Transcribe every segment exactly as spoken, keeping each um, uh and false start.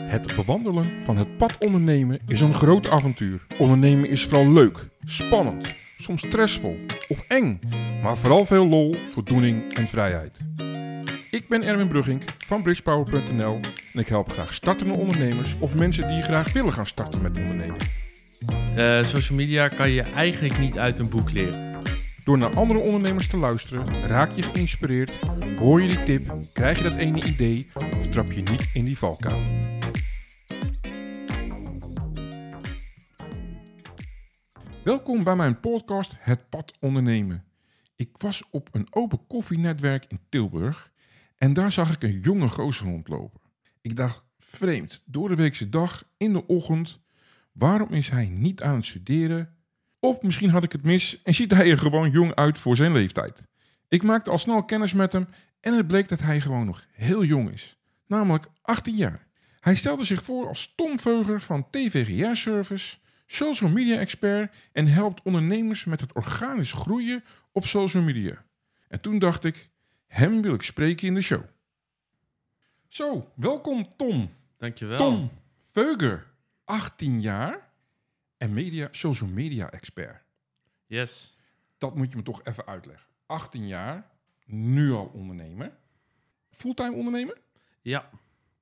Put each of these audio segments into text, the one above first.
Het bewandelen van het pad ondernemen is een groot avontuur. Ondernemen is vooral leuk, spannend, soms stressvol of eng, maar vooral veel lol, voldoening en vrijheid. Ik ben Erwin Bruggink van bridgepower punt n l en ik help graag startende ondernemers of mensen die graag willen gaan starten met ondernemen. Uh, social media kan je eigenlijk niet uit een boek leren. Door naar andere ondernemers te luisteren, raak je geïnspireerd, hoor je die tip, krijg je dat ene idee of trap je niet in die valkuil. Welkom bij mijn podcast Het Pad Ondernemen. Ik was op een open koffienetwerk in Tilburg en daar zag ik een jonge gozer rondlopen. Ik dacht, vreemd, door de weekse dag, in de ochtend, waarom is hij niet aan het studeren? Of misschien had ik het mis en ziet hij er gewoon jong uit voor zijn leeftijd. Ik maakte al snel kennis met hem en het bleek dat hij gewoon nog heel jong is. Namelijk achttien jaar. Hij stelde zich voor als Tom Veuger van T V G R-service, social media expert en helpt ondernemers met het organisch groeien op social media. En toen dacht ik, hem wil ik spreken in de show. Zo, welkom Tom. Dankjewel. Tom Veuger, achttien jaar en media, social media expert. Yes. Dat moet je me toch even uitleggen. achttien jaar, nu al ondernemer. Fulltime ondernemer? Ja.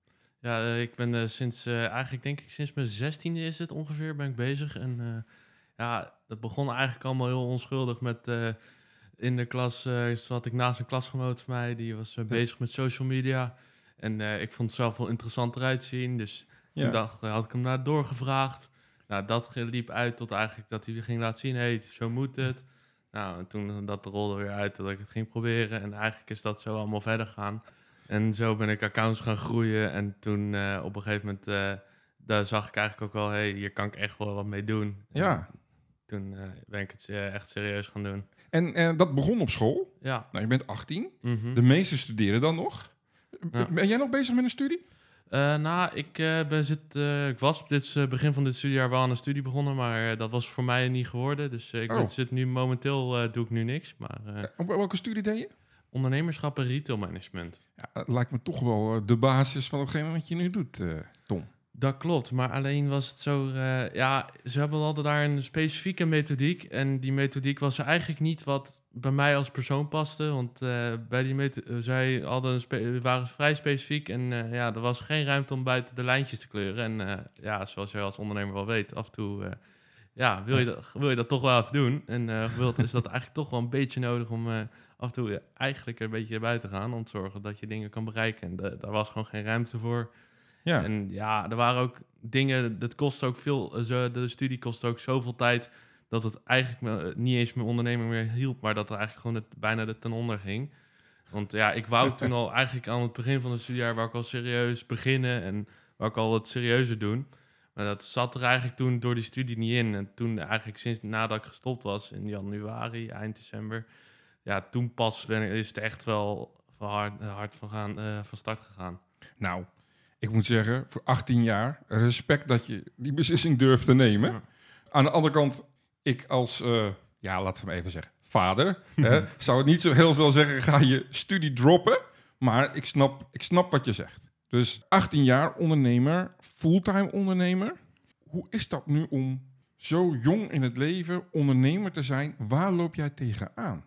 Ja, uh, ik ben uh, sinds, uh, eigenlijk denk ik sinds mijn zestiende is het ongeveer, ben ik bezig. En uh, ja, dat begon eigenlijk allemaal heel onschuldig met, uh, in de klas uh, zat ik naast een klasgenoot van mij, die was uh, ja. bezig met social media. En uh, ik vond het zelf wel interessant eruit zien, dus ja. toen dacht, uh, had ik hem naar doorgevraagd. Nou, dat liep uit tot eigenlijk dat hij ging laten zien, hé, hey, zo moet het. Nou, en toen dat rolde weer uit dat ik het ging proberen. En eigenlijk is dat zo allemaal verder gegaan. En zo ben ik accounts gaan groeien. En toen uh, op een gegeven moment, uh, daar zag ik eigenlijk ook wel, hé, hey, hier kan ik echt wel wat mee doen. Ja. En toen uh, ben ik het uh, echt serieus gaan doen. En uh, dat begon op school? Ja. Nou, je bent achttien. Mm-hmm. De meesten studeren dan nog. Ja. Ben jij nog bezig met een studie? Uh, nou, ik, uh, ben zit, uh, ik was op dit uh, begin van dit studiejaar wel aan een studie begonnen, maar uh, dat was voor mij niet geworden. Dus uh, ik oh. zit nu momenteel, uh, doe ik nu niks. Maar, uh, op welke studie deed je? Ondernemerschap en retailmanagement. Ja, het lijkt me toch wel uh, de basis van hetgeen wat je nu doet, uh, Tom. Dat klopt, maar alleen was het zo, uh, ja, ze hebben altijd daar een specifieke methodiek. En die methodiek was eigenlijk niet wat bij mij als persoon paste. Want uh, bij die metho- zij hadden een spe- waren vrij specifiek en uh, ja, er was geen ruimte om buiten de lijntjes te kleuren. En uh, ja, zoals je als ondernemer wel weet, af en toe uh, ja, wil, je dat, wil je dat toch wel even doen. En uh, wilt, is dat eigenlijk toch wel een beetje nodig om uh, af en toe uh, eigenlijk een beetje buiten te gaan. Om te zorgen dat je dingen kan bereiken. En de, daar was gewoon geen ruimte voor. Ja. En ja, er waren ook dingen, dat kost ook veel, de studie kost ook zoveel tijd, dat het eigenlijk me, niet eens mijn onderneming meer hielp, maar dat er eigenlijk gewoon het, bijna de ten onder ging. Want ja, ik wou toen al eigenlijk aan het begin van het studiejaar, wou ik al serieus beginnen en wou ik al wat serieuzer doen. Maar dat zat er eigenlijk toen door die studie niet in. En toen eigenlijk sinds nadat ik gestopt was, in januari, eind december, ja, toen pas ben, is het echt wel van hard, hard van, gaan, uh, van start gegaan. Nou, ik moet zeggen, voor achttien jaar, respect dat je die beslissing durft te nemen. Ja. Aan de andere kant, ik als, uh, ja, laten we maar even zeggen, vader, hè, zou het niet zo heel snel zeggen, ga je studie droppen. Maar ik snap, ik snap wat je zegt. Dus achttien jaar ondernemer, fulltime ondernemer. Hoe is dat nu om zo jong in het leven ondernemer te zijn? Waar loop jij tegenaan?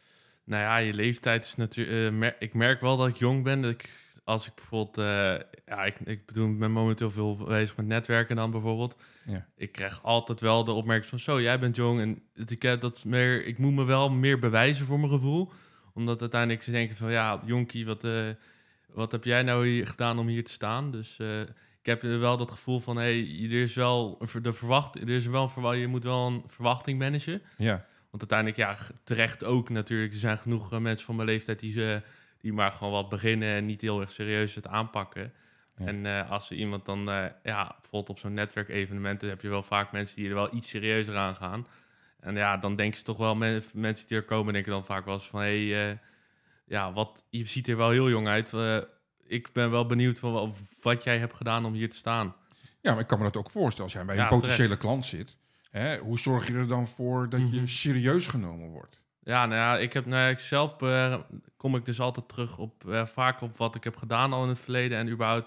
Nou ja, je leeftijd is natuurlijk... Uh, mer- ik merk wel dat ik jong ben. Dat ik, als ik bijvoorbeeld... Uh, ja, ik, ik bedoel, ben momenteel veel bezig met netwerken dan bijvoorbeeld. Ja. Ik krijg altijd wel de opmerking van... Zo, jij bent jong. En ik, heb dat meer, ik moet me wel meer bewijzen voor mijn gevoel. Omdat uiteindelijk ze denken van... Ja, jonkie, wat, uh, wat heb jij nou hier gedaan om hier te staan? Dus uh, ik heb wel dat gevoel van... Hé, hey, er is wel de verwacht, er is wel een verwa- je moet wel een verwachting managen. Ja. Want uiteindelijk, ja, terecht ook natuurlijk. Er zijn genoeg uh, mensen van mijn leeftijd die, uh, die maar gewoon wat beginnen en niet heel erg serieus het aanpakken. Ja. En uh, als er iemand dan, uh, ja, bijvoorbeeld op zo'n netwerkevenement, heb je wel vaak mensen die er wel iets serieuzer aan gaan. En ja, dan denken ze toch wel, men, mensen die er komen, denken dan vaak wel eens van, hé, hey, uh, ja, wat, je ziet er wel heel jong uit. Uh, ik ben wel benieuwd van wat jij hebt gedaan om hier te staan. Ja, maar ik kan me dat ook voorstellen. Als jij bij ja, een potentiële terecht. klant zit, hè, hoe zorg je er dan voor dat mm-hmm. je serieus genomen wordt? Ja, nou ja, ik heb nou, ik zelf uh, kom ik dus altijd terug op uh, vaak op wat ik heb gedaan al in het verleden en überhaupt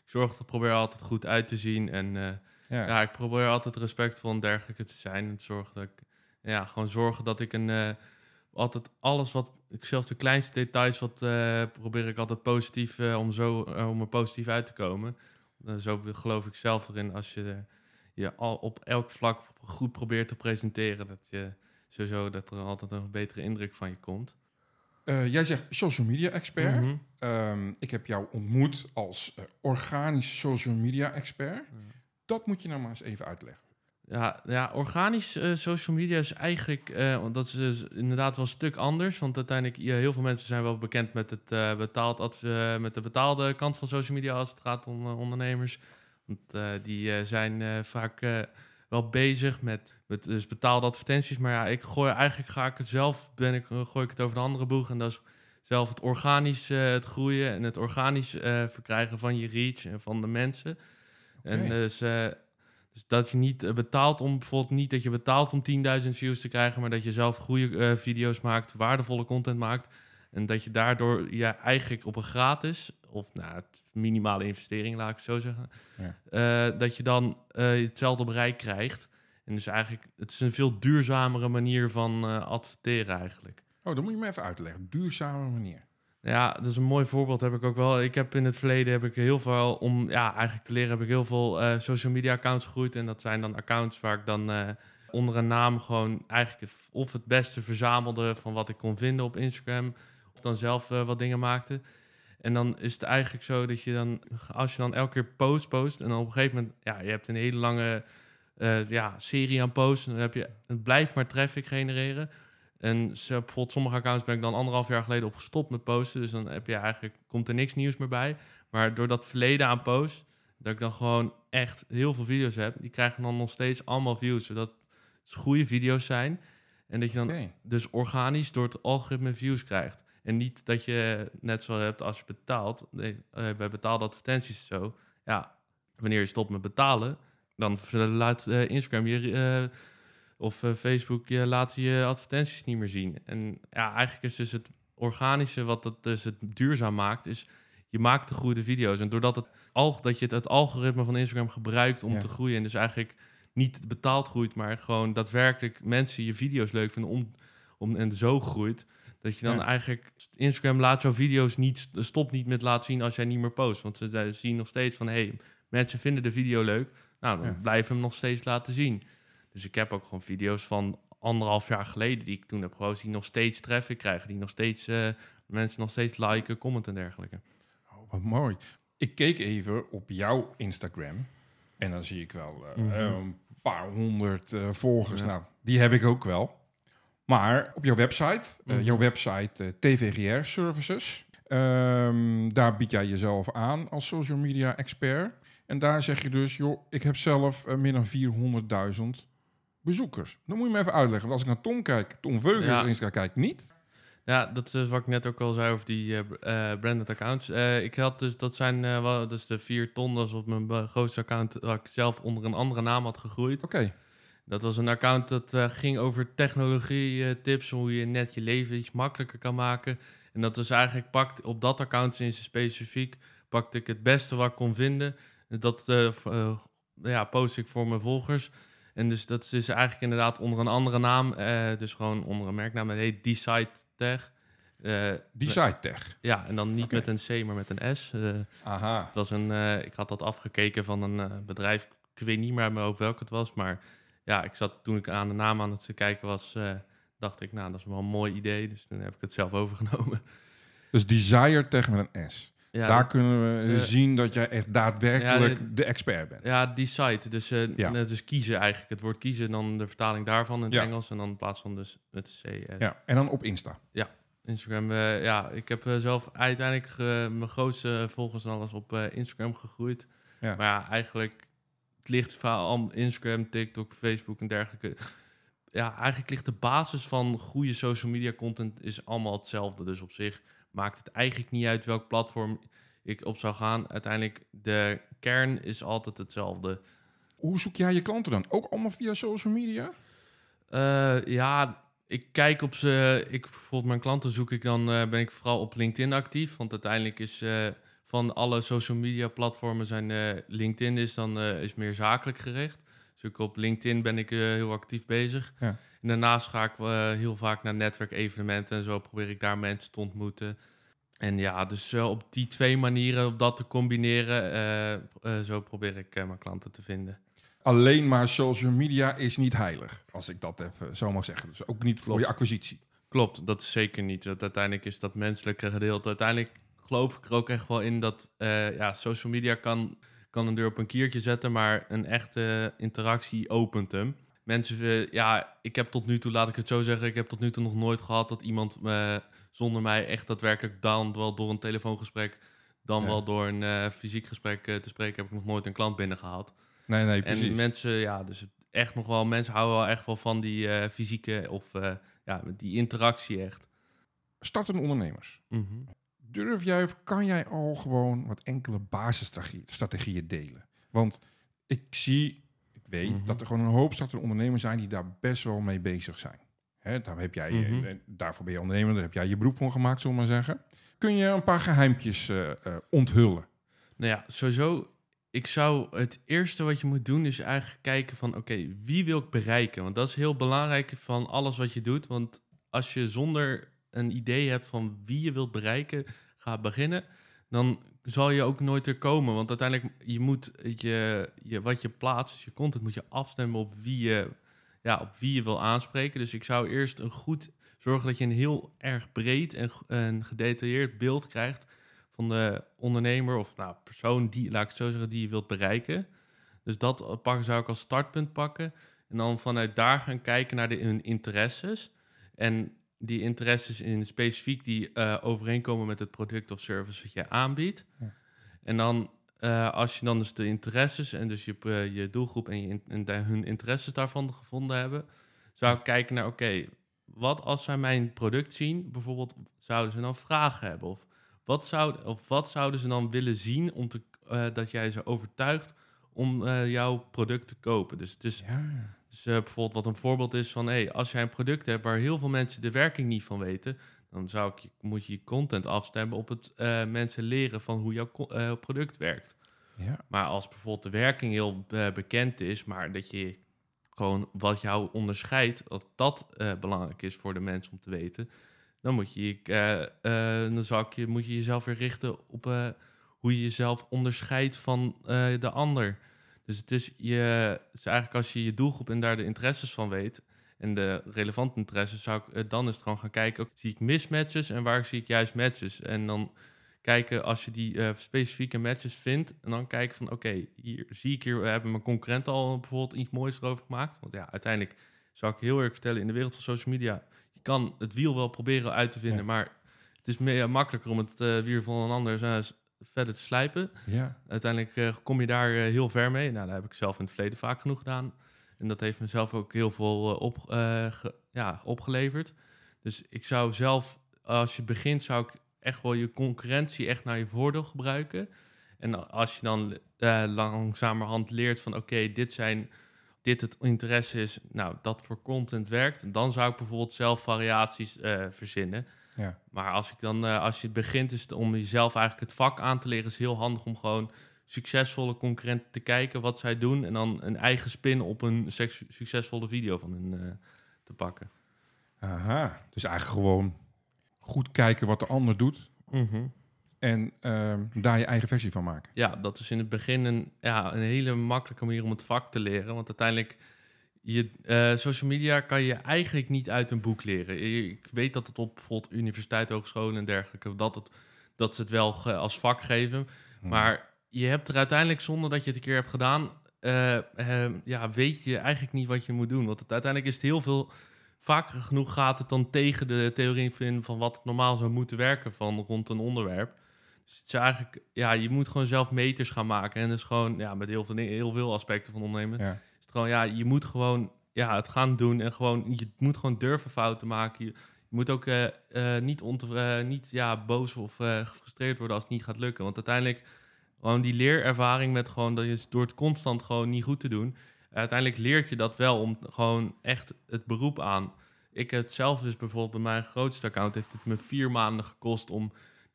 ik zorg dat probeer er altijd goed uit te zien. En uh, ja. ja, ik probeer altijd respectvol en dergelijke te zijn. En te zorgen dat ik, ja, gewoon zorgen dat ik een, uh, altijd alles wat, ik zelfs de kleinste details, wat uh, probeer ik altijd positief, uh, om zo, uh, om er positief uit te komen. Uh, zo geloof ik zelf erin, als je uh, je al op elk vlak goed probeert te presenteren, dat je sowieso dat er altijd een betere indruk van je komt. Uh, jij zegt social media expert. Mm-hmm. Um, ik heb jou ontmoet als uh, organisch social media expert. Ja. Dat moet je nou maar eens even uitleggen. Ja, ja organisch uh, social media is eigenlijk, uh, dat is dus inderdaad wel een stuk anders. Want uiteindelijk, ja, heel veel mensen zijn wel bekend met, het, uh, betaald adv- uh, met de betaalde kant van social media als het gaat om uh, ondernemers. Want uh, die uh, zijn uh, vaak uh, wel bezig met, met dus betaalde advertenties. Maar ja, ik gooi eigenlijk ga ik het zelf, ben ik, uh, gooi ik het over de andere boeg. En dat is zelf het organisch uh, het groeien en het organisch uh, verkrijgen van je reach en van de mensen. Okay. En dus... Uh, Dus dat je niet uh, betaalt om, bijvoorbeeld niet dat je betaalt om tienduizend views te krijgen, maar dat je zelf goede uh, video's maakt, waardevolle content maakt. En dat je daardoor ja, eigenlijk op een gratis, of nou, minimale investering, laat ik het zo zeggen, ja. uh, dat je dan uh, hetzelfde bereik krijgt. En dus eigenlijk, het is een veel duurzamere manier van uh, adverteren eigenlijk. Oh, dat moet je me even uitleggen. Duurzame manier. Ja, dat is een mooi voorbeeld, heb ik ook wel. Ik heb in het verleden heb ik heel veel, om ja, eigenlijk te leren, heb ik heel veel uh, social media accounts gegroeid. En dat zijn dan accounts waar ik dan uh, onder een naam gewoon eigenlijk of het beste verzamelde van wat ik kon vinden op Instagram, of dan zelf uh, wat dingen maakte. En dan is het eigenlijk zo dat je dan, als je dan elke keer post, post, en dan op een gegeven moment, ja, je hebt een hele lange uh, ja, serie aan posts, en dan heb je, het blijft maar traffic genereren. En zo, bijvoorbeeld sommige accounts ben ik dan anderhalf jaar geleden op gestopt met posten. Dus dan heb je eigenlijk, komt er niks nieuws meer bij. Maar door dat verleden aan post, dat ik dan gewoon echt heel veel video's heb, die krijgen dan nog steeds allemaal views. Zodat het goede video's zijn. En dat je dan okay. dus organisch door het algoritme views krijgt. En niet dat je net zo hebt als je betaalt. Nee, uh, bij betaalde advertenties zo. Ja, wanneer je stopt met betalen, dan laat uh, Instagram je... Uh, Of uh, Facebook, je laat je advertenties niet meer zien. En ja, eigenlijk is dus het organische wat het, dus het duurzaam maakt, is je maakt de goede video's. En doordat het, al, dat je het, het algoritme van Instagram gebruikt om ja. te groeien, en dus eigenlijk niet betaald groeit, maar gewoon daadwerkelijk mensen je video's leuk vinden om, om, en zo groeit, dat je dan ja. eigenlijk... Instagram laat jouw video's niet, stopt niet met laten zien als jij niet meer post. Want ze zien nog steeds van, hey, mensen vinden de video leuk. Nou, dan ja. blijven hem nog steeds laten zien. Dus ik heb ook gewoon video's van anderhalf jaar geleden die ik toen heb gepost, die nog steeds traffic krijgen, die nog steeds uh, mensen nog steeds liken, commenten en dergelijke. Oh, wat mooi. Ik keek even op jouw Instagram en dan zie ik wel uh, mm-hmm. uh, een paar honderd uh, volgers. Ja. Nou, die heb ik ook wel. Maar op jouw website, uh, mm-hmm. jouw website uh, T V G R Services, um, daar bied jij jezelf aan als social media expert. En daar zeg je dus, joh, ik heb zelf uh, meer dan vierhonderdduizend bezoekers. Dan moet je me even uitleggen. Want als ik naar Tom kijk, Tom Veugen ja. Insta kijk niet. Ja, dat is wat ik net ook al zei over die uh, uh, branded accounts. Uh, ik had dus, dat zijn uh, wel, dus de vier ton, dat is op mijn uh, grootste account, waar ik zelf onder een andere naam had gegroeid. Oké. Okay. Dat was een account dat uh, ging over technologie uh, tips, hoe je net je leven iets makkelijker kan maken. En dat was eigenlijk, pakt op dat account in specifiek, pakte ik het beste wat ik kon vinden. Dat uh, uh, ja, post ik voor mijn volgers. En dus dat is eigenlijk inderdaad onder een andere naam. Uh, dus gewoon onder een merknaam. Het heet Decide Tech. Uh, Decide Tech? Ja, en dan niet okay. met een C, maar met een S. Uh, Aha. Dat was een, uh, ik had dat afgekeken van een uh, bedrijf. Ik weet niet meer uit mijn hoofd welk het was. Maar ja, ik zat toen ik aan de naam aan het kijken was, uh, dacht ik, nou, dat is wel een mooi idee. Dus toen heb ik het zelf overgenomen. Dus Desire Tech met een S. Ja, daar dat, kunnen we uh, zien dat jij echt daadwerkelijk ja, de, de expert bent. Ja, decide. Dus, uh, ja. dus kiezen eigenlijk. Het woord kiezen, dan de vertaling daarvan in het ja. Engels. En dan in plaats van dus het C S. Ja, en dan op Insta. Ja, Instagram. Uh, ja, ik heb uh, zelf uiteindelijk uh, mijn grootste volgers en alles op uh, Instagram gegroeid. Ja. Maar ja, eigenlijk het ligt vooral Instagram, TikTok, Facebook en dergelijke. Ja, eigenlijk ligt de basis van goede social media content is allemaal hetzelfde. Dus op zich maakt het eigenlijk niet uit welk platform ik op zou gaan. Uiteindelijk, de kern is altijd hetzelfde. Hoe zoek jij je klanten dan? Ook allemaal via social media? Uh, ja, ik kijk op ze. Ik bijvoorbeeld mijn klanten zoek ik dan. Uh, ben ik vooral op LinkedIn actief. Want uiteindelijk is uh, van alle social media platformen zijn uh, LinkedIn is dan uh, is meer zakelijk gericht. Dus ook op LinkedIn ben ik uh, heel actief bezig. Ja. En daarnaast ga ik uh, heel vaak naar netwerkevenementen en zo probeer ik daar mensen te ontmoeten. En ja, dus uh, op die twee manieren, op dat te combineren, uh, uh, zo probeer ik uh, mijn klanten te vinden. Alleen maar social media is niet heilig, als ik dat even zo mag zeggen. Dus ook niet voor Klopt. je acquisitie. Klopt, dat is zeker niet. Dat uiteindelijk is dat menselijke gedeelte. Uiteindelijk geloof ik er ook echt wel in dat uh, ja, social media kan, kan een deur op een kiertje zetten, maar een echte interactie opent hem. Mensen, uh, ja, ik heb tot nu toe, laat ik het zo zeggen, ik heb tot nu toe nog nooit gehad dat iemand uh, zonder mij echt daadwerkelijk dan wel door een telefoongesprek, dan ja. wel door een uh, fysiek gesprek uh, te spreken, heb ik nog nooit een klant binnengehaald. Nee, nee, precies. En mensen, ja, dus echt nog wel, mensen houden wel echt wel van die uh, fysieke of uh, ja, die interactie echt. Startende ondernemers. Mm-hmm. Durf jij of kan jij al gewoon wat enkele basisstrategieën delen? Want ik zie, ik weet mm-hmm. dat er gewoon een hoop startende ondernemers zijn die daar best wel mee bezig zijn. Hè, daar heb jij, mm-hmm. eh, daarvoor ben je ondernemer, daar heb jij je beroep van gemaakt, zullen we maar zeggen. Kun je een paar geheimpjes uh, uh, onthullen? Nou ja, sowieso. Ik zou het eerste wat je moet doen is eigenlijk kijken van oké, okay, wie wil ik bereiken? Want dat is heel belangrijk van alles wat je doet. Want als je zonder een idee hebt van wie je wilt bereiken, gaat beginnen, dan zal je ook nooit er komen. Want uiteindelijk, je moet je, je, wat je plaatst, je content, moet je afstemmen op wie je, ja, op wie je wil aanspreken. Dus ik zou eerst een goed zorgen dat je een heel erg breed en een gedetailleerd beeld krijgt van de ondernemer of nou, persoon die, laat ik het zo zeggen, die je wilt bereiken. Dus dat pakken zou ik als startpunt pakken. En dan vanuit daar gaan kijken naar de, hun interesses. En die interesses in specifiek die uh, overeenkomen met het product of service wat je aanbiedt. Ja. En dan, uh, als je dan dus de interesses en dus je, uh, je doelgroep en, je, en de, hun interesses daarvan gevonden hebben, zou ik kijken naar, oké, okay, wat als zij mijn product zien, bijvoorbeeld, zouden ze dan vragen hebben? Of wat, zou, of wat zouden ze dan willen zien om te, uh, dat jij ze overtuigt om uh, jouw product te kopen? Dus het is ja. dus, uh, bijvoorbeeld wat een voorbeeld is van, hey, als jij een product hebt waar heel veel mensen de werking niet van weten, dan zou ik, moet je je content afstemmen op het uh, mensen leren van hoe jouw uh, product werkt. Ja. Maar als bijvoorbeeld de werking heel uh, bekend is, maar dat je gewoon wat jou onderscheidt, dat dat uh, belangrijk is voor de mensen om te weten, dan moet je, uh, uh, dan zou ik je, moet je jezelf weer richten op uh, hoe je jezelf onderscheidt van uh, de ander. Dus het is, je, dus eigenlijk als je je doelgroep en daar de interesses van weet en de relevante interesses, zou ik uh, dan is het gewoon gaan kijken, ook, zie ik mismatches en waar zie ik juist matches? En dan kijken als je die uh, specifieke matches vindt en dan kijken van oké, okay, hier zie ik hier, we hebben mijn concurrenten al bijvoorbeeld iets moois erover gemaakt. Want ja, uiteindelijk zou ik heel erg vertellen, in de wereld van social media, je kan het wiel wel proberen uit te vinden, ja. maar het is meer, uh, makkelijker om het uh, wiel van een ander uh, verder te slijpen. Ja. Uiteindelijk uh, kom je daar uh, heel ver mee. Nou, dat heb ik zelf in het verleden vaak genoeg gedaan. En dat heeft mezelf ook heel veel uh, op, uh, ge, ja, opgeleverd. Dus ik zou zelf, als je begint, zou ik echt wel je concurrentie echt naar je voordeel gebruiken. En als je dan uh, langzamerhand leert van oké, okay, dit zijn, dit het interesse is, nou, dat voor content werkt, dan zou ik bijvoorbeeld zelf variaties uh, verzinnen. Ja. Maar als ik dan, uh, als je begint, is het om jezelf eigenlijk het vak aan te leren, is heel handig om gewoon succesvolle concurrenten te kijken wat zij doen en dan een eigen spin op een succesvolle video van hen uh, te pakken. Aha, dus eigenlijk gewoon goed kijken wat de ander doet mm-hmm. en uh, daar je eigen versie van maken. Ja, dat is in het begin een, ja, een hele makkelijke manier om het vak te leren. Want uiteindelijk, je, uh, social media kan je eigenlijk niet uit een boek leren. Ik weet dat het op bijvoorbeeld universiteit, hogescholen en dergelijke, dat, het, dat ze het wel ge, als vak geven. Hmm. Maar je hebt er uiteindelijk, zonder dat je het een keer hebt gedaan, uh, uh, ja, weet je eigenlijk niet wat je moet doen. Want het, uiteindelijk is het heel veel, vaker genoeg gaat het dan tegen de theorie in van wat normaal zou moeten werken van rond een onderwerp. Dus het is eigenlijk, ja, je moet gewoon zelf meters gaan maken. En dat is gewoon, ja, met heel veel, heel veel aspecten van ondernemen. Ja. Is het gewoon, ja, je moet gewoon, ja, het gaan doen en gewoon, je moet gewoon durven fouten maken. Je, je moet ook uh, uh, niet, ontev- uh, niet ja, boos of uh, gefrustreerd worden als het niet gaat lukken. Want uiteindelijk, gewoon die leerervaring met gewoon, dat je door het constant gewoon niet goed te doen, uiteindelijk leert je dat wel om gewoon echt het beroep aan. Ik heb het zelf dus bijvoorbeeld bij mijn grootste account heeft het me vier maanden gekost om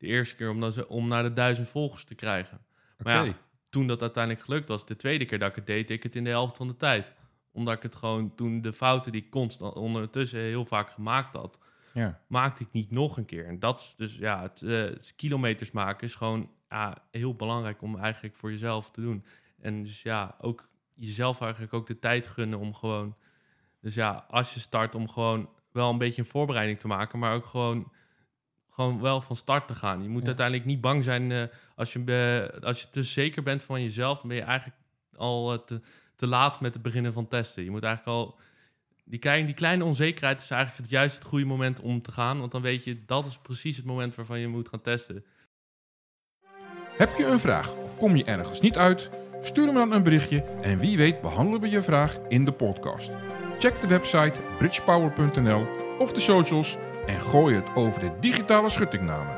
de eerste keer om, naar- om naar de duizend volgers te krijgen. Oké. Maar ja, toen dat uiteindelijk gelukt was, de tweede keer dat ik het deed, deed ik het in de helft van de tijd. Omdat ik het gewoon toen de fouten die ik constant ondertussen heel vaak gemaakt had, Ja. maakte ik niet nog een keer. En dat is dus, ja, het, eh, het kilometers maken is gewoon ja, heel belangrijk om eigenlijk voor jezelf te doen. En dus ja, ook jezelf eigenlijk ook de tijd gunnen om gewoon, dus ja, als je start om gewoon wel een beetje een voorbereiding te maken, maar ook gewoon, gewoon wel van start te gaan. Je moet Ja. uiteindelijk niet bang zijn eh, als, je, be- als je te zeker bent van jezelf, dan ben je eigenlijk al eh, te, te laat met het beginnen van testen. Je moet eigenlijk al die kleine, die kleine onzekerheid is eigenlijk het juist het goede moment om te gaan. Want dan weet je, dat is precies het moment waarvan je moet gaan testen. Heb je een vraag of kom je ergens niet uit? Stuur me dan een berichtje en wie weet behandelen we je vraag in de podcast. Check de website bridgepower punt n l of de socials en gooi het over de digitale schuttingnamen.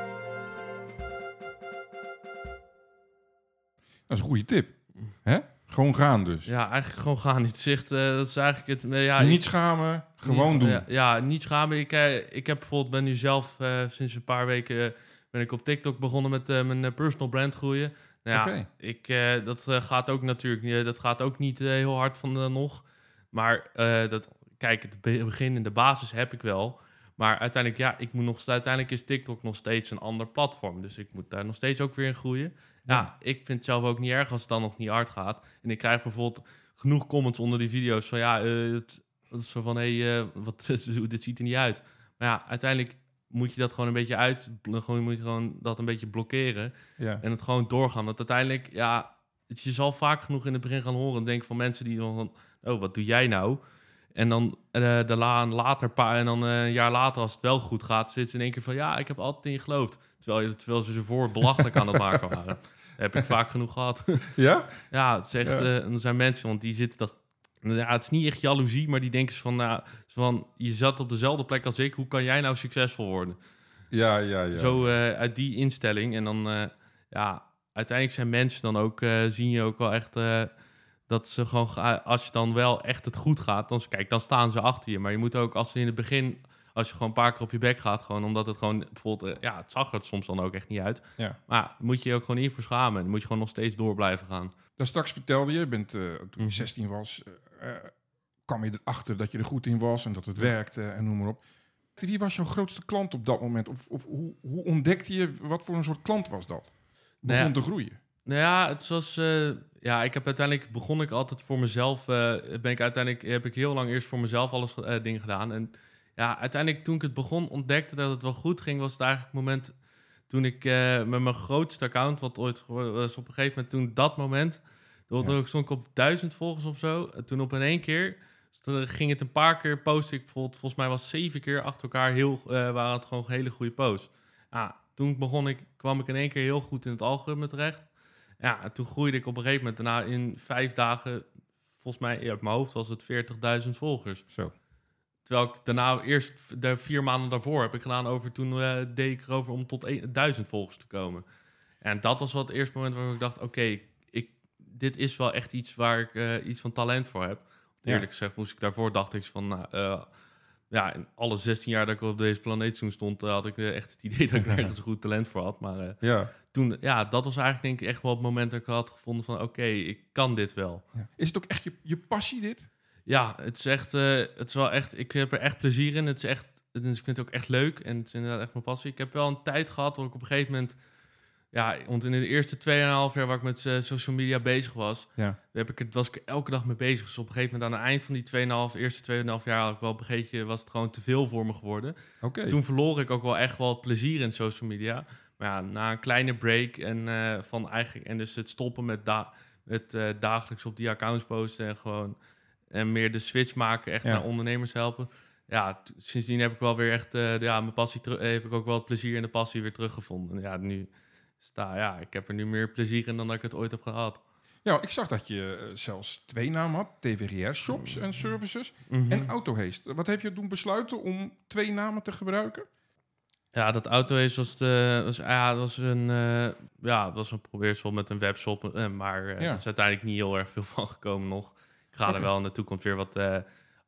Dat is een goede tip. Hè? Gewoon gaan dus. Ja, eigenlijk gewoon gaan. Niet zicht. eh, dat is eigenlijk het. eh, ja, niet ik- schamen, gewoon niet- doen. Ja, ja, niet schamen. Ik, eh, ik heb bijvoorbeeld ben nu zelf eh, sinds een paar weken eh, ben ik op TikTok begonnen met eh, mijn eh, personal brand groeien. Nou ja, Oké. ik, eh, dat eh, gaat ook natuurlijk niet. Dat gaat ook niet eh, heel hard van eh, nog. Maar eh, dat, kijk, het be- begin en de basis heb ik wel. Maar uiteindelijk, ja, ik moet nog st- uiteindelijk is TikTok nog steeds een ander platform. Dus ik moet daar nog steeds ook weer in groeien. Ja, Ja. ik vind het zelf ook niet erg als het dan nog niet hard gaat. En ik krijg bijvoorbeeld genoeg comments onder die video's van ja, eh, het, dat is zo van hé, hey, eh, wat dit ziet er niet uit. Maar ja, uiteindelijk moet je dat gewoon een beetje uit, gewoon moet je gewoon dat een beetje blokkeren Ja. en het gewoon doorgaan. Want uiteindelijk, ja, het- je zal vaak genoeg in het begin gaan horen en denken van mensen die dan van, oh, wat doe jij nou? En dan eh, de la, later paar en dan eh, een jaar later, als het wel goed gaat, zitten ze in één keer van ja, ik heb altijd in je geloofd. Terwijl, je, terwijl ze ervoor belachelijk aan het maken waren. Dat heb ik vaak genoeg gehad. Ja? Ja, het is echt, Ja. eh, er zijn mensen, want die zitten dat. Ja, het is niet echt jaloezie, maar die denken van, nou, zo van, je zat op dezelfde plek als ik, hoe kan jij nou succesvol worden? Ja, ja, ja. Zo eh, uit die instelling. En dan, eh, ja, uiteindelijk zijn mensen dan ook, eh, zien je ook wel echt eh, dat ze gewoon, ga- als je dan wel echt het goed gaat, dan, kijk, dan staan ze achter je. Maar je moet ook, als ze in het begin, als je gewoon een paar keer op je bek gaat, gewoon omdat het gewoon, bijvoorbeeld, eh, ja, het zag er soms dan ook echt niet uit. Ja. Maar moet je je ook gewoon niet voor schamen. Dan moet je gewoon nog steeds door blijven gaan. Daar straks vertelde je, je bent, eh, toen je Mhm. zestien was, eh, eh, kwam je erachter dat je er goed in was en dat het Ja. werkte en noem maar op. Wie was jouw grootste klant op dat moment? Of, of hoe, hoe ontdekte je, wat voor een soort klant was dat? Nou Begon ja. te groeien. Nou ja, het was. eh, ja, ik heb uiteindelijk begon ik altijd voor mezelf. eh, ben ik uiteindelijk heb ik heel lang eerst voor mezelf alles eh dingen gedaan. En ja, uiteindelijk toen ik het begon ontdekte dat het wel goed ging, was het eigenlijk het moment toen ik eh, met mijn grootste account, wat ooit geworden was, op een gegeven moment toen dat moment, toen Ja. stond ik op duizend volgers of zo. En toen op in één keer toen ging het een paar keer posten. Ik bijvoorbeeld, volgens mij was zeven keer achter elkaar heel, eh, waren het gewoon hele goede posts. Ja, toen begon ik, kwam ik in één keer heel goed in het algoritme terecht. Ja, en toen groeide ik op een gegeven moment daarna in vijf dagen, volgens mij, ja, op mijn hoofd was het veertigduizend volgers. Zo. Terwijl ik daarna eerst de vier maanden daarvoor heb ik gedaan over, toen eh, deed ik erover om tot een- duizend volgers te komen. En dat was wel het eerste moment waarop ik dacht, oké, ik dit is wel echt iets waar ik eh, iets van talent voor heb. Eerlijk gezegd moest ik daarvoor, dacht ik van, nou, eh, ja, in alle zestien jaar dat ik op deze planeet toen stond, eh, had ik eh, echt het idee dat ik nergens een goed talent voor had. Maar eh, Ja. toen, ja, dat was eigenlijk denk ik echt wel het moment dat ik had gevonden van, oké, ik kan dit wel. Ja. Is het ook echt je, je passie dit? Ja, het is echt, eh, het is wel echt, ik heb er echt plezier in. Het is echt, dus ik vind het ook echt leuk en het is inderdaad echt mijn passie. Ik heb wel een tijd gehad waar ik op een gegeven moment, ja, want in de eerste tweeënhalf jaar waar ik met uh, social media bezig was, Ja. heb ik het, was ik er elke dag mee bezig. Dus op een gegeven moment aan het eind van die tweeënhalf, eerste tweeënhalf jaar had ik wel op een beetje, was het gewoon te veel voor me geworden. Oké. Toen verloor ik ook wel echt wel het plezier in social media. Maar ja, na een kleine break en uh, van eigenlijk en dus het stoppen met, da met uh, dagelijks op die accounts posten en gewoon en meer de switch maken, echt Ja. naar ondernemers helpen. Ja, t- sindsdien heb ik wel weer echt uh, ja, mijn passie terug, heb ik ook wel het plezier en de passie weer teruggevonden. Ja, nu sta ja, ik heb er nu meer plezier in dan dat ik het ooit heb gehad. Ja, ik zag dat je uh, zelfs twee namen had. T V G R Shops en Services Mm-hmm. en Autohaste. Wat heeft je doen besluiten om twee namen te gebruiken? Ja, dat Autohaste was, de, was, ja, dat was een, uh, ja, dat was een probeersel met een webshop. Uh, maar uh, Ja. er is uiteindelijk niet heel erg veel van gekomen nog. Ik ga Okay. er wel in de toekomst weer wat uh,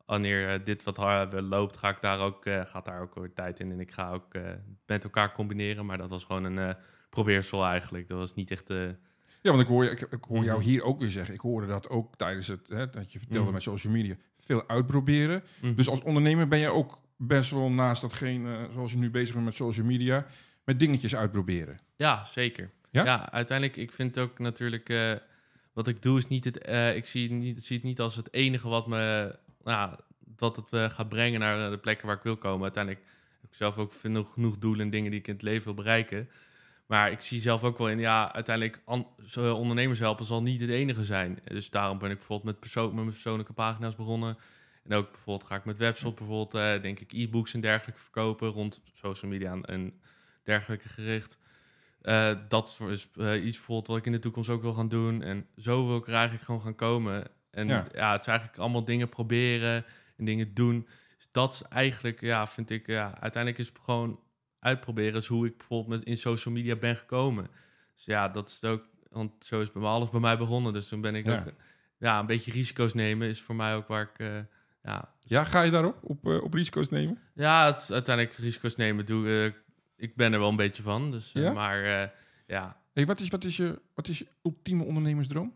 wanneer uh, dit wat harder loopt, ga ik daar ook, uh, gaat daar ook weer tijd in. En ik ga ook uh, met elkaar combineren. Maar dat was gewoon een uh, probeersel eigenlijk. Dat was niet echt... Uh... Ja, want ik hoor, ik, ik hoor jou hier ook weer zeggen. Ik hoorde dat ook tijdens het, hè, dat je vertelde mm. met social media, veel uitproberen. Mm. Dus als ondernemer ben je ook best wel naast datgene, zoals je nu bezig bent met social media, met dingetjes uitproberen. Ja, zeker. Ja, ja uiteindelijk, ik vind ook natuurlijk, uh, wat ik doe is niet het, uh, ik zie het niet, zie het niet als het enige wat me, nou, dat het uh, gaat brengen naar de plekken waar ik wil komen. Uiteindelijk heb ik zelf ook nog genoeg doelen en dingen die ik in het leven wil bereiken. Maar ik zie zelf ook wel in, ja, uiteindelijk an, ondernemers helpen zal niet het enige zijn. Dus daarom ben ik bijvoorbeeld met, perso- met mijn persoonlijke pagina's begonnen. En ook bijvoorbeeld ga ik met webshop bijvoorbeeld, uh, denk ik, e-books en dergelijke verkopen rond social media en dergelijke gericht. Uh, dat is uh, iets bijvoorbeeld wat ik in de toekomst ook wil gaan doen. En zo wil ik er eigenlijk gewoon gaan komen. En ja, ja het is eigenlijk allemaal dingen proberen en dingen doen. Dus dat is eigenlijk, ja, vind ik, ja, uiteindelijk is het gewoon uitproberen is hoe ik bijvoorbeeld met in social media ben gekomen. Dus ja, dat is het ook, want zo is bij alles bij mij begonnen. Dus toen ben ik ja. ook, ja, een beetje risico's nemen is voor mij ook waar ik, uh, ja. Ja, ga je daarop, op, uh, op risico's nemen? Ja, het, uiteindelijk risico's nemen doe uh, ik ben er wel een beetje van. Dus, uh, ja? Maar uh, ja. Hey, wat is, wat is je, wat is je ultieme ondernemersdroom?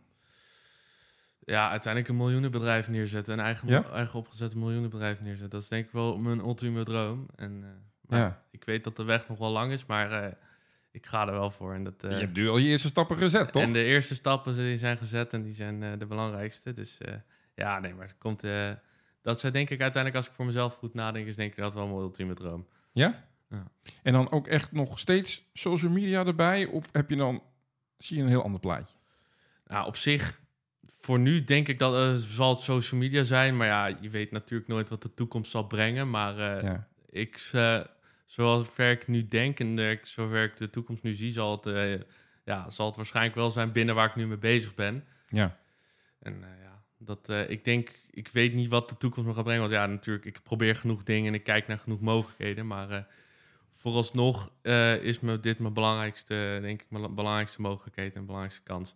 Ja, uiteindelijk een miljoenenbedrijf neerzetten. Een eigen, ja? eigen opgezette miljoenenbedrijf neerzetten. Dat is denk ik wel mijn ultieme droom. En uh, maar ja. ik weet dat de weg nog wel lang is, maar uh, ik ga er wel voor. En dat, uh, je hebt nu al je eerste stappen gezet, toch? En de eerste stappen die zijn gezet en die zijn uh, de belangrijkste. Dus uh, ja, nee, maar het komt... Uh, dat zijn denk ik uiteindelijk, als ik voor mezelf goed nadenk, is denk ik dat wel mijn ultieme droom. Ja? Ja? En dan ook echt nog steeds social media erbij? Of heb je dan, zie je een heel ander plaatje? Nou, op zich, voor nu denk ik dat uh, zal het social media zijn. Maar ja, je weet natuurlijk nooit wat de toekomst zal brengen. Maar uh, ja. ik, uh, zoals ver ik nu denk en uh, zover ik de toekomst nu zie, zal het, uh, ja, zal het waarschijnlijk wel zijn binnen waar ik nu mee bezig ben. Ja. En uh, ja, dat, uh, ik denk, ik weet niet wat de toekomst me gaat brengen. Want ja, natuurlijk, ik probeer genoeg dingen en ik kijk naar genoeg mogelijkheden. Maar... Uh, Vooralsnog uh, is me dit mijn belangrijkste, denk ik, mijn belangrijkste mogelijkheid en belangrijkste kans.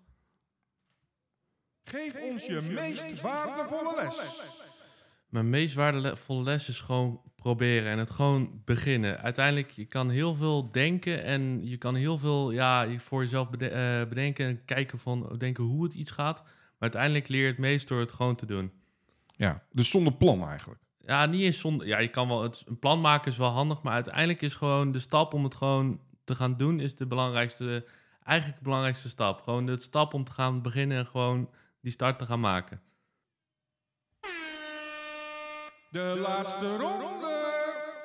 Geef ons je meest waardevolle les. Mijn meest waardevolle les is gewoon proberen en het gewoon beginnen. Uiteindelijk, je kan heel veel denken en je kan heel veel ja, voor jezelf bede- uh, bedenken en kijken van, denken hoe het iets gaat. Maar uiteindelijk leer je het meest door het gewoon te doen. Ja, dus zonder plan eigenlijk. Ja, niet eens zonder... Ja, je kan wel... Het, een plan maken is wel handig, maar uiteindelijk is gewoon de stap om het gewoon te gaan doen, is de belangrijkste... Eigenlijk de belangrijkste stap. Gewoon de stap om te gaan beginnen en gewoon die start te gaan maken. De laatste ronde.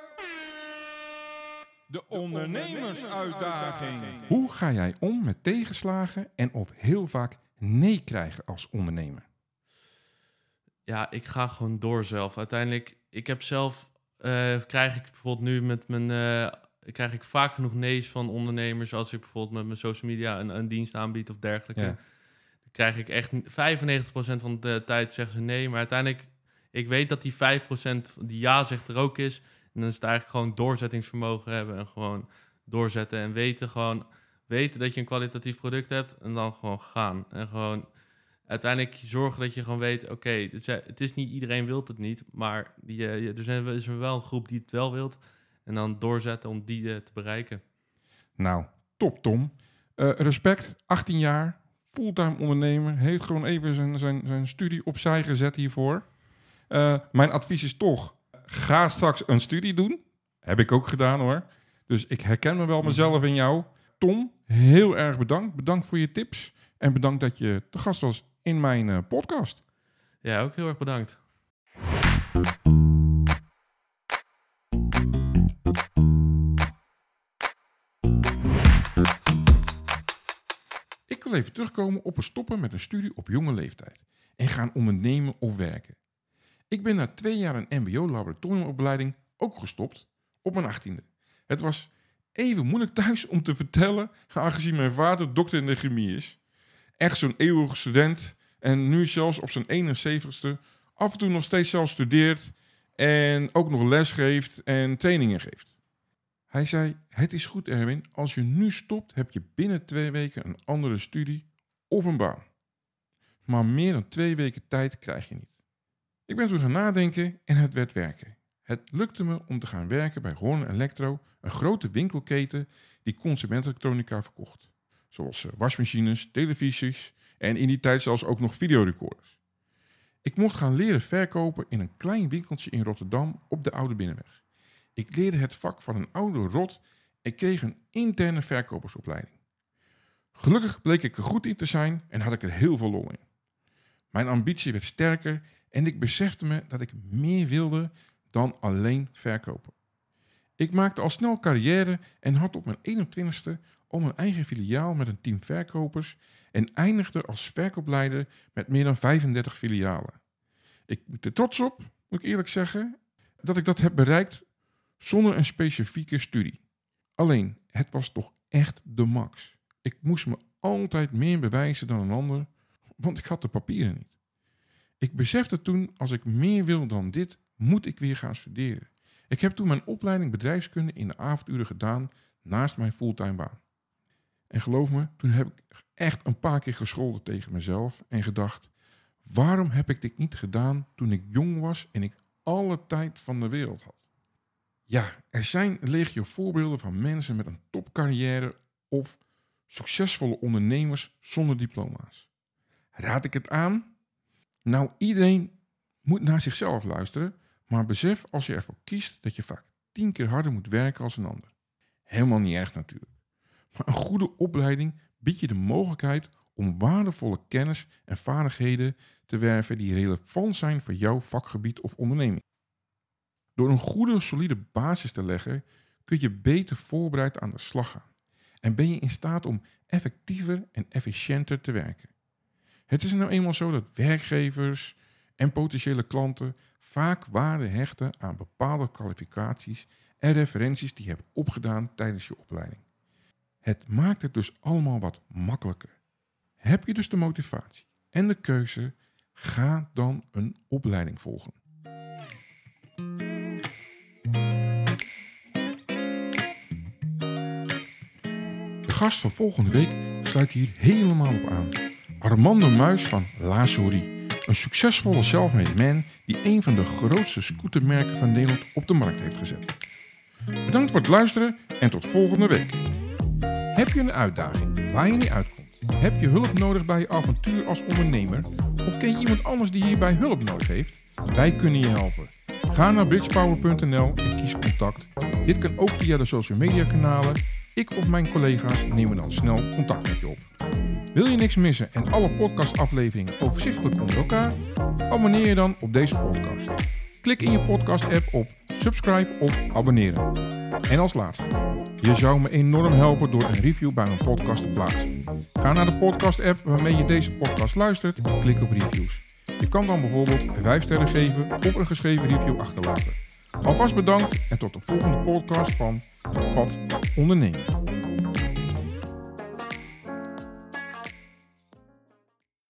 De ondernemersuitdaging. Hoe ga jij om met tegenslagen en of heel vaak nee krijgen als ondernemer? Ja, ik ga gewoon door zelf. Uiteindelijk, ik heb zelf, uh, krijg ik bijvoorbeeld nu met mijn, uh, krijg ik vaak genoeg nee's van ondernemers als ik bijvoorbeeld met mijn social media een, een dienst aanbied of dergelijke. Ja. Dan krijg ik echt vijfennegentig procent van de tijd zeggen ze nee, maar uiteindelijk, ik weet dat die vijf procent die ja zegt er ook is. En dan is het eigenlijk gewoon doorzettingsvermogen hebben en gewoon doorzetten en weten gewoon, weten dat je een kwalitatief product hebt en dan gewoon gaan. En gewoon... Uiteindelijk zorgen dat je gewoon weet, oké, okay, het is niet iedereen wil het niet, maar die, uh, er is wel een groep die het wel wilt. En dan doorzetten om die uh, te bereiken. Nou, top Tom. Uh, respect, achttien jaar, fulltime ondernemer, heeft gewoon even zijn, zijn, zijn studie opzij gezet hiervoor. Uh, mijn advies is toch, ga straks een studie doen. Heb ik ook gedaan hoor. Dus ik herken me wel mezelf in jou. Tom, heel erg bedankt. Bedankt voor je tips. En bedankt dat je te gast was in mijn uh, podcast. Ja, ook heel erg bedankt. Ik wil even terugkomen op het stoppen met een studie op jonge leeftijd. En gaan ondernemen of werken. Ik ben na twee jaar een mbo-laboratoriumopleiding ook gestopt op mijn achttiende. Het was even moeilijk thuis om te vertellen, aangezien mijn vader dokter in de chemie is. Echt zo'n eeuwige student en nu zelfs op zijn eenenzeventigste af en toe nog steeds zelf studeert en ook nog les geeft en trainingen geeft. Hij zei, het is goed Erwin, als je nu stopt heb je binnen twee weken een andere studie of een baan. Maar meer dan twee weken tijd krijg je niet. Ik ben toen gaan nadenken en het werd werken. Het lukte me om te gaan werken bij Horn Electro, een grote winkelketen die consumentenelektronica verkocht. Zoals wasmachines, televisies en in die tijd zelfs ook nog videorecorders. Ik mocht gaan leren verkopen in een klein winkeltje in Rotterdam op de Oude Binnenweg. Ik leerde het vak van een oude rot en kreeg een interne verkopersopleiding. Gelukkig bleek ik er goed in te zijn en had ik er heel veel lol in. Mijn ambitie werd sterker en ik besefte me dat ik meer wilde dan alleen verkopen. Ik maakte al snel carrière en had op mijn eenentwintigste al mijn eigen filiaal met een team verkopers en eindigde als verkoopleider met meer dan vijfendertig filialen. Ik ben er trots op, moet ik eerlijk zeggen, dat ik dat heb bereikt zonder een specifieke studie. Alleen, het was toch echt de max. Ik moest me altijd meer bewijzen dan een ander, want ik had de papieren niet. Ik besefte toen, als ik meer wil dan dit, moet ik weer gaan studeren. Ik heb toen mijn opleiding bedrijfskunde in de avonduren gedaan naast mijn fulltime baan. En geloof me, toen heb ik echt een paar keer gescholden tegen mezelf en gedacht, waarom heb ik dit niet gedaan toen ik jong was en ik alle tijd van de wereld had? Ja, er zijn legio voorbeelden van mensen met een topcarrière of succesvolle ondernemers zonder diploma's. Raad ik het aan? Nou, iedereen moet naar zichzelf luisteren, maar besef als je ervoor kiest dat je vaak tien keer harder moet werken als een ander. Helemaal niet erg natuurlijk. Maar een goede opleiding biedt je de mogelijkheid om waardevolle kennis en vaardigheden te werven die relevant zijn voor jouw vakgebied of onderneming. Door een goede, solide basis te leggen, kun je beter voorbereid aan de slag gaan. En ben je in staat om effectiever en efficiënter te werken. Het is nou eenmaal zo dat werkgevers en potentiële klanten vaak waarde hechten aan bepaalde kwalificaties en referenties die je hebt opgedaan tijdens je opleiding. Het maakt het dus allemaal wat makkelijker. Heb je dus de motivatie en de keuze, ga dan een opleiding volgen. De gast van volgende week sluit hier helemaal op aan. Armando Muis van La Souris, een succesvolle self-made man die een van de grootste scootermerken van Nederland op de markt heeft gezet. Bedankt voor het luisteren en tot volgende week. Heb je een uitdaging waar je niet uitkomt? Heb je hulp nodig bij je avontuur als ondernemer? Of ken je iemand anders die hierbij hulp nodig heeft? Wij kunnen je helpen. Ga naar bridgepower punt n l en kies contact. Dit kan ook via de social media kanalen. Ik of mijn collega's nemen dan snel contact met je op. Wil je niks missen en alle podcastafleveringen overzichtelijk onder elkaar? Abonneer je dan op deze podcast. Klik in je podcast-app op subscribe of abonneren. En als laatste, je zou me enorm helpen door een review bij mijn podcast te plaatsen. Ga naar de podcast-app waarmee je deze podcast luistert en klik op reviews. Je kan dan bijvoorbeeld vijf sterren geven of een geschreven review achterlaten. Alvast bedankt en tot de volgende podcast van Pad Ondernemen.